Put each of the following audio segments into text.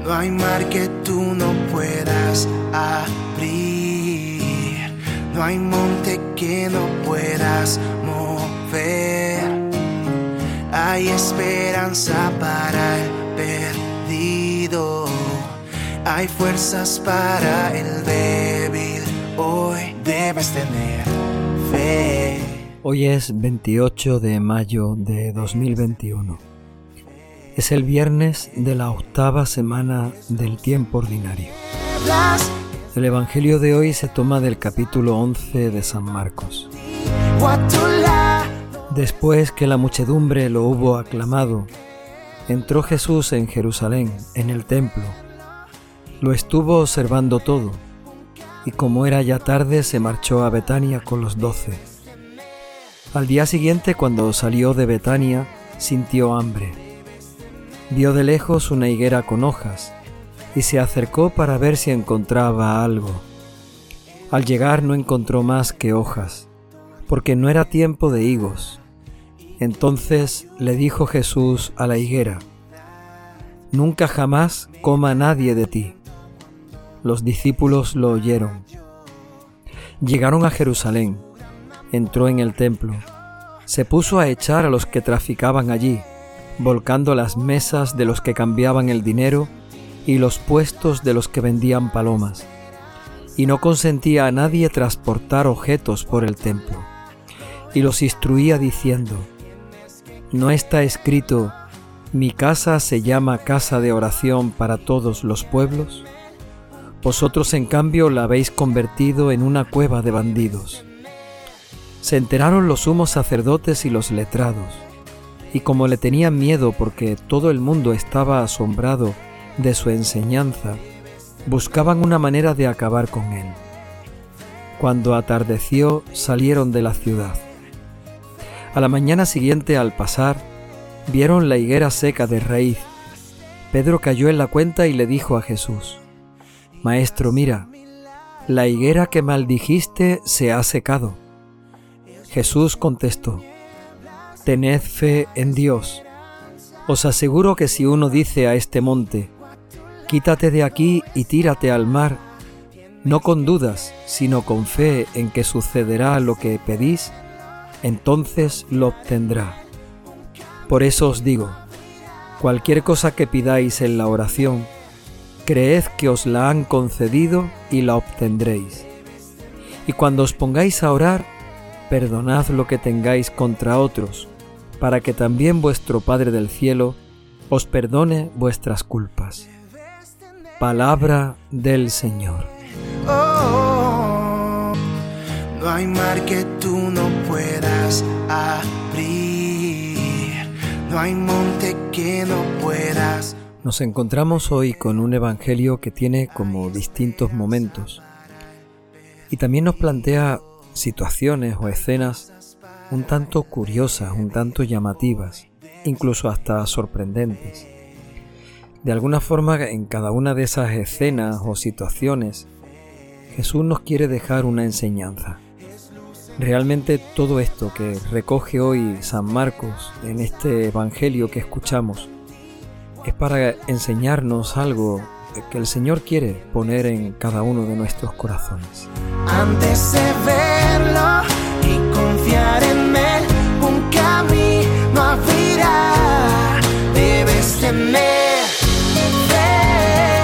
No hay mar que tú no puedas abrir, no hay monte que no puedas mover. Hay esperanza para el perdido, hay fuerzas para el débil. Hoy debes tener fe. Hoy es 28 de mayo de 2021. Es el viernes de la 8ª semana del tiempo ordinario. El Evangelio de hoy se toma del capítulo 11 de San Marcos. Después que la muchedumbre lo hubo aclamado, entró Jesús en Jerusalén, en el templo. Lo estuvo observando todo, y como era ya tarde, se marchó a Betania con los 12. Al día siguiente, cuando salió de Betania, sintió hambre. Vio de lejos una higuera con hojas, y se acercó para ver si encontraba algo. Al llegar no encontró más que hojas, porque no era tiempo de higos. Entonces le dijo Jesús a la higuera: «Nunca jamás coma nadie de ti». Los discípulos lo oyeron. Llegaron a Jerusalén, entró en el templo, se puso a echar a los que traficaban allí, volcando las mesas de los que cambiaban el dinero y los puestos de los que vendían palomas, y no consentía a nadie transportar objetos por el templo, y los instruía diciendo: ¿No está escrito: mi casa se llama casa de oración para todos los pueblos? Vosotros en cambio la habéis convertido en una cueva de bandidos. Se enteraron los sumos sacerdotes y los letrados, y como le tenían miedo porque todo el mundo estaba asombrado de su enseñanza, buscaban una manera de acabar con él. Cuando atardeció, salieron de la ciudad. A la mañana siguiente, al pasar, vieron la higuera seca de raíz. Pedro cayó en la cuenta y le dijo a Jesús: «Maestro, mira, la higuera que maldijiste se ha secado». Jesús contestó: «Tened fe en Dios. Os aseguro que si uno dice a este monte: quítate de aquí y tírate al mar, no con dudas, sino con fe en que sucederá lo que pedís, entonces lo obtendrá. Por eso os digo, cualquier cosa que pidáis en la oración, creed que os la han concedido y la obtendréis. Y cuando os pongáis a orar, perdonad lo que tengáis contra otros, para que también vuestro Padre del cielo os perdone vuestras culpas». Palabra del Señor. No hay mar que tú no puedas abrir, no hay monte que no puedas. Nos encontramos hoy con un evangelio que tiene como distintos momentos y también nos plantea situaciones o escenas un tanto curiosas, un tanto llamativas, incluso hasta sorprendentes. De alguna forma, en cada una de esas escenas o situaciones, Jesús nos quiere dejar una enseñanza. Realmente todo esto que recoge hoy San Marcos en este evangelio que escuchamos es para enseñarnos algo que el Señor quiere poner en cada uno de nuestros corazones. Antes de verlo y confiar en Él, un camino abrirá. Debes tener fe,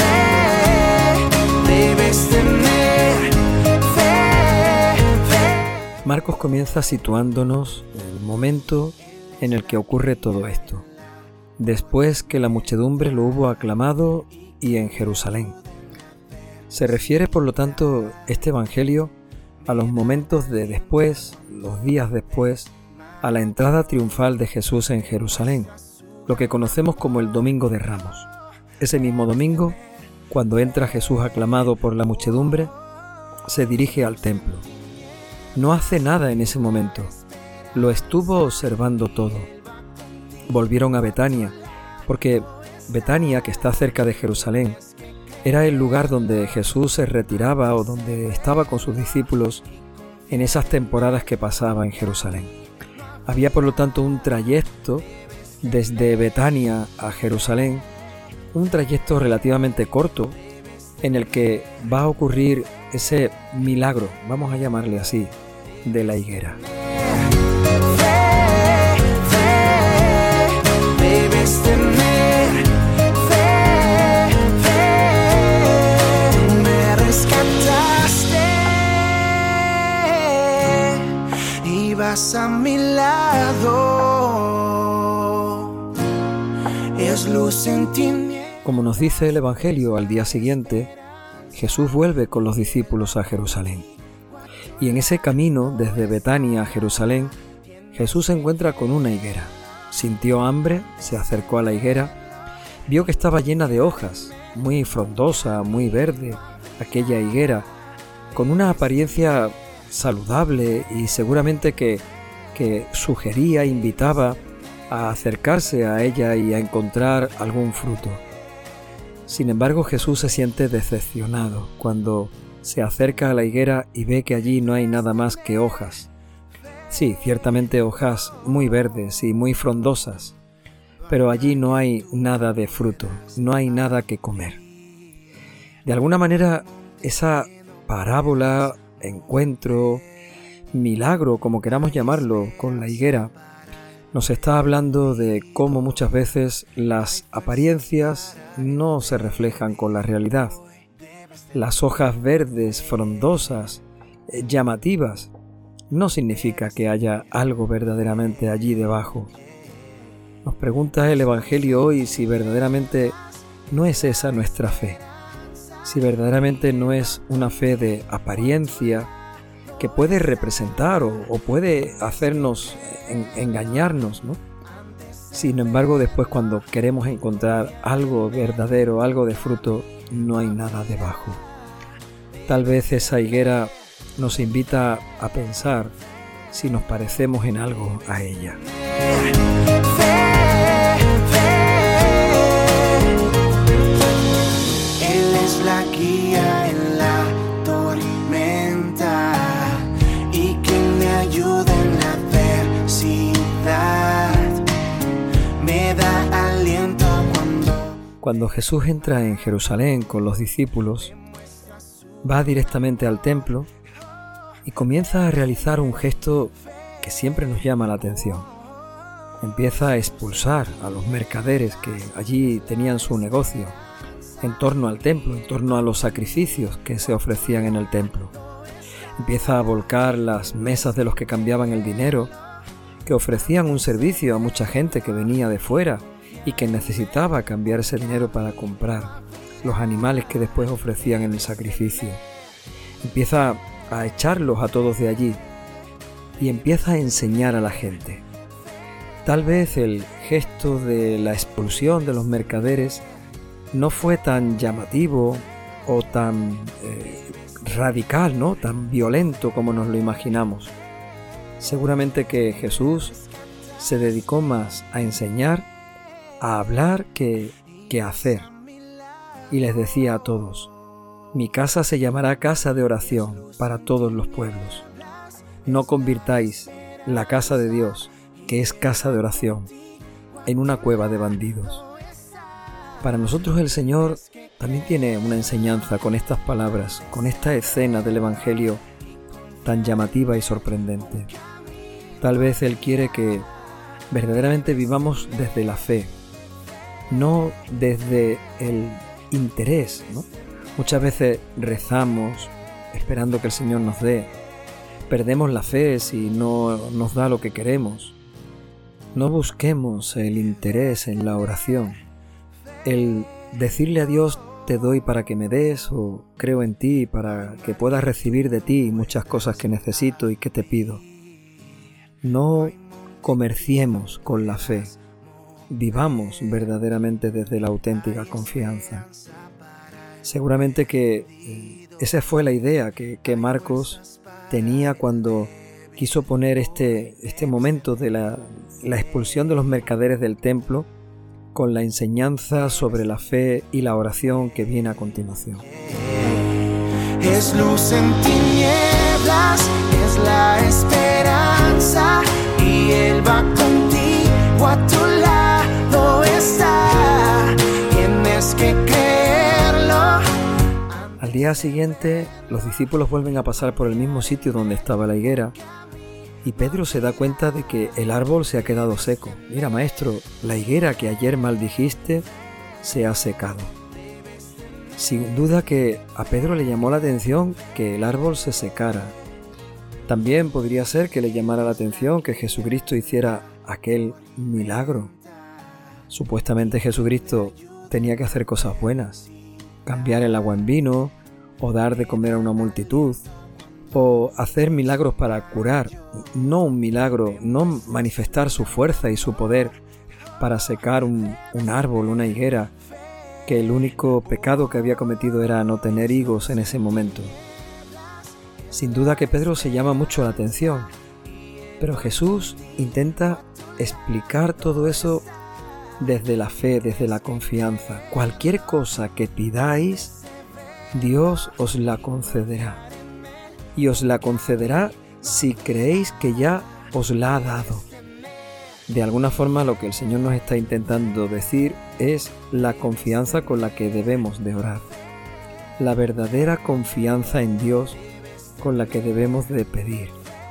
debes tener fe. Marcos comienza situándonos en el momento en el que ocurre todo esto, después que la muchedumbre lo hubo aclamado y en Jerusalén. Se refiere, por lo tanto, este evangelio a los momentos de después, los días después, a la entrada triunfal de Jesús en Jerusalén, lo que conocemos como el Domingo de Ramos. Ese mismo domingo, cuando entra Jesús aclamado por la muchedumbre, se dirige al templo. No hace nada en ese momento, lo estuvo observando todo. Volvieron a Betania, porque Betania, que está cerca de Jerusalén, era el lugar donde Jesús se retiraba o donde estaba con sus discípulos en esas temporadas que pasaba en Jerusalén. Había por lo tanto un trayecto desde Betania a Jerusalén un trayecto relativamente corto en el que va a ocurrir ese milagro, vamos a llamarle así, de la higuera. Me rescataste y vas a mi lado. Es luz en ti. Como nos dice el Evangelio, al día siguiente, Jesús vuelve con los discípulos a Jerusalén. Y en ese camino, desde Betania a Jerusalén, Jesús se encuentra con una higuera. Sintió hambre, se acercó a la higuera, vio que estaba llena de hojas, muy frondosa, muy verde, aquella higuera, con una apariencia saludable y seguramente que sugería, invitaba a acercarse a ella y a encontrar algún fruto. Sin embargo, Jesús se siente decepcionado cuando se acerca a la higuera y ve que allí no hay nada más que hojas. Sí, ciertamente hojas muy verdes y muy frondosas, pero allí no hay nada de fruto, no hay nada que comer. De alguna manera, esa parábola, encuentro, milagro, como queramos llamarlo, con la higuera, nos está hablando de cómo muchas veces las apariencias no se reflejan con la realidad. Las hojas verdes, frondosas, llamativas, no significa que haya algo verdaderamente allí debajo. Nos pregunta el Evangelio hoy si verdaderamente no es esa nuestra fe, si verdaderamente no es una fe de apariencia que puede representar o puede hacernos engañarnos, ¿no? Sin embargo, después cuando queremos encontrar algo verdadero, algo de fruto, no hay nada debajo. Tal vez esa higuera nos invita a pensar si nos parecemos en algo a ella. Él es la guía en la tormenta y quien me ayuda en la adversidad. Me da aliento Cuando Jesús entra en Jerusalén con los discípulos, va directamente al templo y comienza a realizar un gesto que siempre nos llama la atención. Empieza a expulsar a los mercaderes que allí tenían su negocio en torno al templo, en torno a los sacrificios que se ofrecían en el templo. Empieza a volcar las mesas de los que cambiaban el dinero, que ofrecían un servicio a mucha gente que venía de fuera y que necesitaba cambiar ese dinero para comprar los animales que después ofrecían en el sacrificio. Empieza a echarlos a todos de allí y empieza a enseñar a la gente. Tal vez el gesto de la expulsión de los mercaderes no fue tan llamativo o tan radical, ¿no? Tan violento como nos lo imaginamos. Seguramente que Jesús se dedicó más a enseñar, a hablar que a hacer. Y les decía a todos: mi casa se llamará casa de oración para todos los pueblos. No convirtáis la casa de Dios, que es casa de oración, en una cueva de bandidos. Para nosotros el Señor también tiene una enseñanza con estas palabras, con esta escena del Evangelio tan llamativa y sorprendente. Tal vez Él quiere que verdaderamente vivamos desde la fe, no desde el interés, ¿no? Muchas veces rezamos esperando que el Señor nos dé. Perdemos la fe si no nos da lo que queremos. No busquemos el interés en la oración. El decirle a Dios: te doy para que me des, o creo en ti para que puedas recibir de ti muchas cosas que necesito y que te pido. No comerciemos con la fe. Vivamos verdaderamente desde la auténtica confianza. Seguramente que esa fue la idea que Marcos tenía cuando quiso poner este momento de la expulsión de los mercaderes del templo con la enseñanza sobre la fe y la oración que viene a continuación. Es luz en tinieblas, es la esperanza, y Él va contigo, a tu lado está. Quien es tienes que creerlo. Al día siguiente, los discípulos vuelven a pasar por el mismo sitio donde estaba la higuera y Pedro se da cuenta de que el árbol se ha quedado seco. Mira, maestro, la higuera que ayer maldijiste se ha secado. Sin duda que a Pedro le llamó la atención que el árbol se secara. También podría ser que le llamara la atención que Jesucristo hiciera aquel milagro. Supuestamente Jesucristo tenía que hacer cosas buenas, cambiar el agua en vino, o dar de comer a una multitud, o hacer milagros para curar, no un milagro, no manifestar su fuerza y su poder para secar un árbol, una higuera, que el único pecado que había cometido era no tener higos en ese momento. Sin duda que Pedro se llama mucho la atención, pero Jesús intenta explicar todo eso desde la fe, desde la confianza. Cualquier cosa que pidáis, Dios os la concederá. Y os la concederá si creéis que ya os la ha dado. De alguna forma lo que el Señor nos está intentando decir es la confianza con la que debemos de orar. La verdadera confianza en Dios con la que debemos de pedir.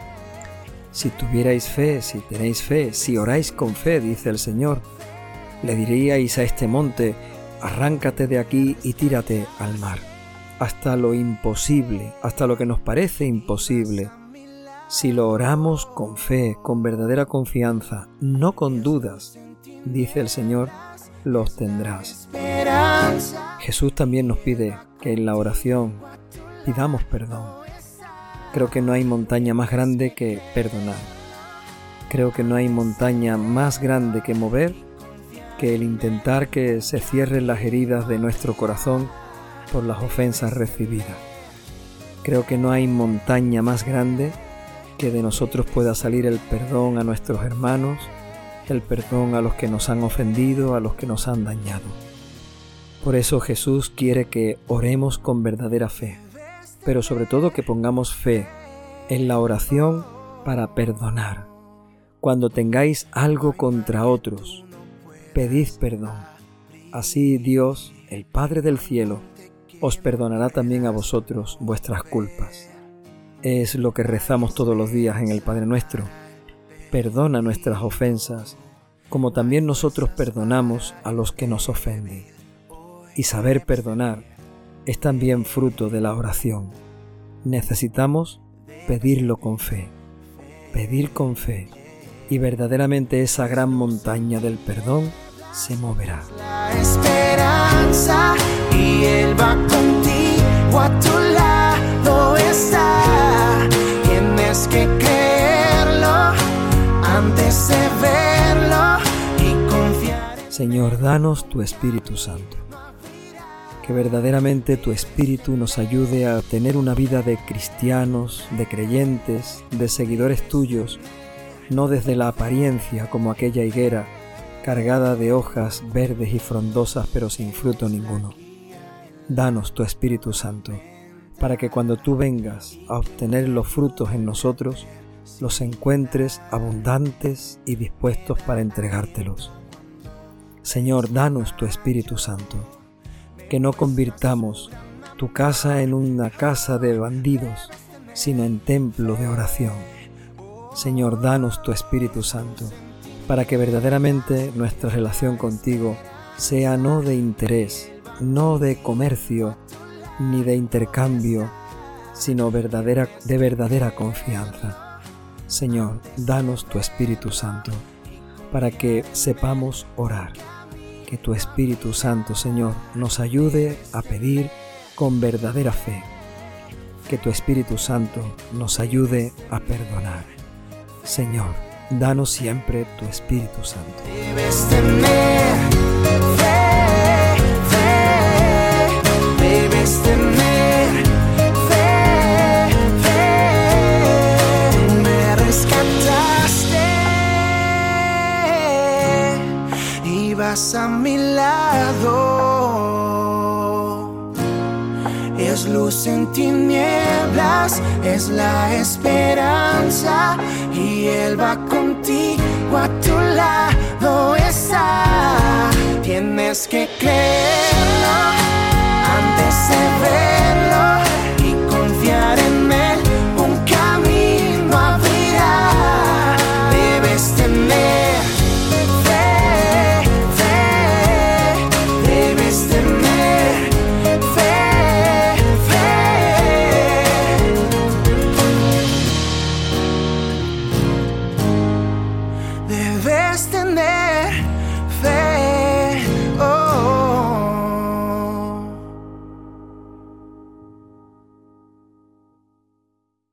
Si tuvierais fe, si tenéis fe, si oráis con fe, dice el Señor, le diríais a este monte, arráncate de aquí y tírate al mar. Hasta lo imposible, hasta lo que nos parece imposible. Si lo oramos con fe, con verdadera confianza, no con dudas, dice el Señor, los tendrás. Jesús también nos pide que en la oración pidamos perdón. Creo que no hay montaña más grande que perdonar. Creo que no hay montaña más grande que mover que el intentar que se cierren las heridas de nuestro corazón por las ofensas recibidas. Creo que no hay montaña más grande que de nosotros pueda salir el perdón a nuestros hermanos, el perdón a los que nos han ofendido, a los que nos han dañado. Por eso Jesús quiere que oremos con verdadera fe, pero sobre todo que pongamos fe en la oración para perdonar. Cuando tengáis algo contra otros, pedid perdón. Así Dios, el Padre del cielo, os perdonará también a vosotros vuestras culpas. Es lo que rezamos todos los días en el Padre Nuestro. Perdona nuestras ofensas, como también nosotros perdonamos a los que nos ofenden. Y saber perdonar es también fruto de la oración. Necesitamos pedirlo con fe, y verdaderamente esa gran montaña del perdón se moverá. La esperanza y Él va contigo, a tu lado está. Tienes que creerlo antes de verlo y confiar. Señor, danos tu Espíritu Santo. Que verdaderamente tu Espíritu nos ayude a tener una vida de cristianos, de creyentes, de seguidores tuyos, no desde la apariencia como aquella higuera, cargada de hojas verdes y frondosas pero sin fruto ninguno. Danos tu Espíritu Santo, para que cuando tú vengas a obtener los frutos en nosotros, los encuentres abundantes y dispuestos para entregártelos. Señor, danos tu Espíritu Santo, que no convirtamos tu casa en una casa de bandidos, sino en templo de oración. Señor, danos tu Espíritu Santo, para que verdaderamente nuestra relación contigo sea no de interés, no de comercio, ni de intercambio, sino de verdadera confianza. Señor, danos tu Espíritu Santo, para que sepamos orar. Que tu Espíritu Santo, Señor, nos ayude a pedir con verdadera fe. Que tu Espíritu Santo nos ayude a perdonar. Señor, danos siempre tu Espíritu Santo. Debes tener fe, debes tener fe. Tú me rescataste y vas a mi lado. Es luz en tinieblas, es la esperanza, y Él va contigo, a tu lado está. Tienes que creer.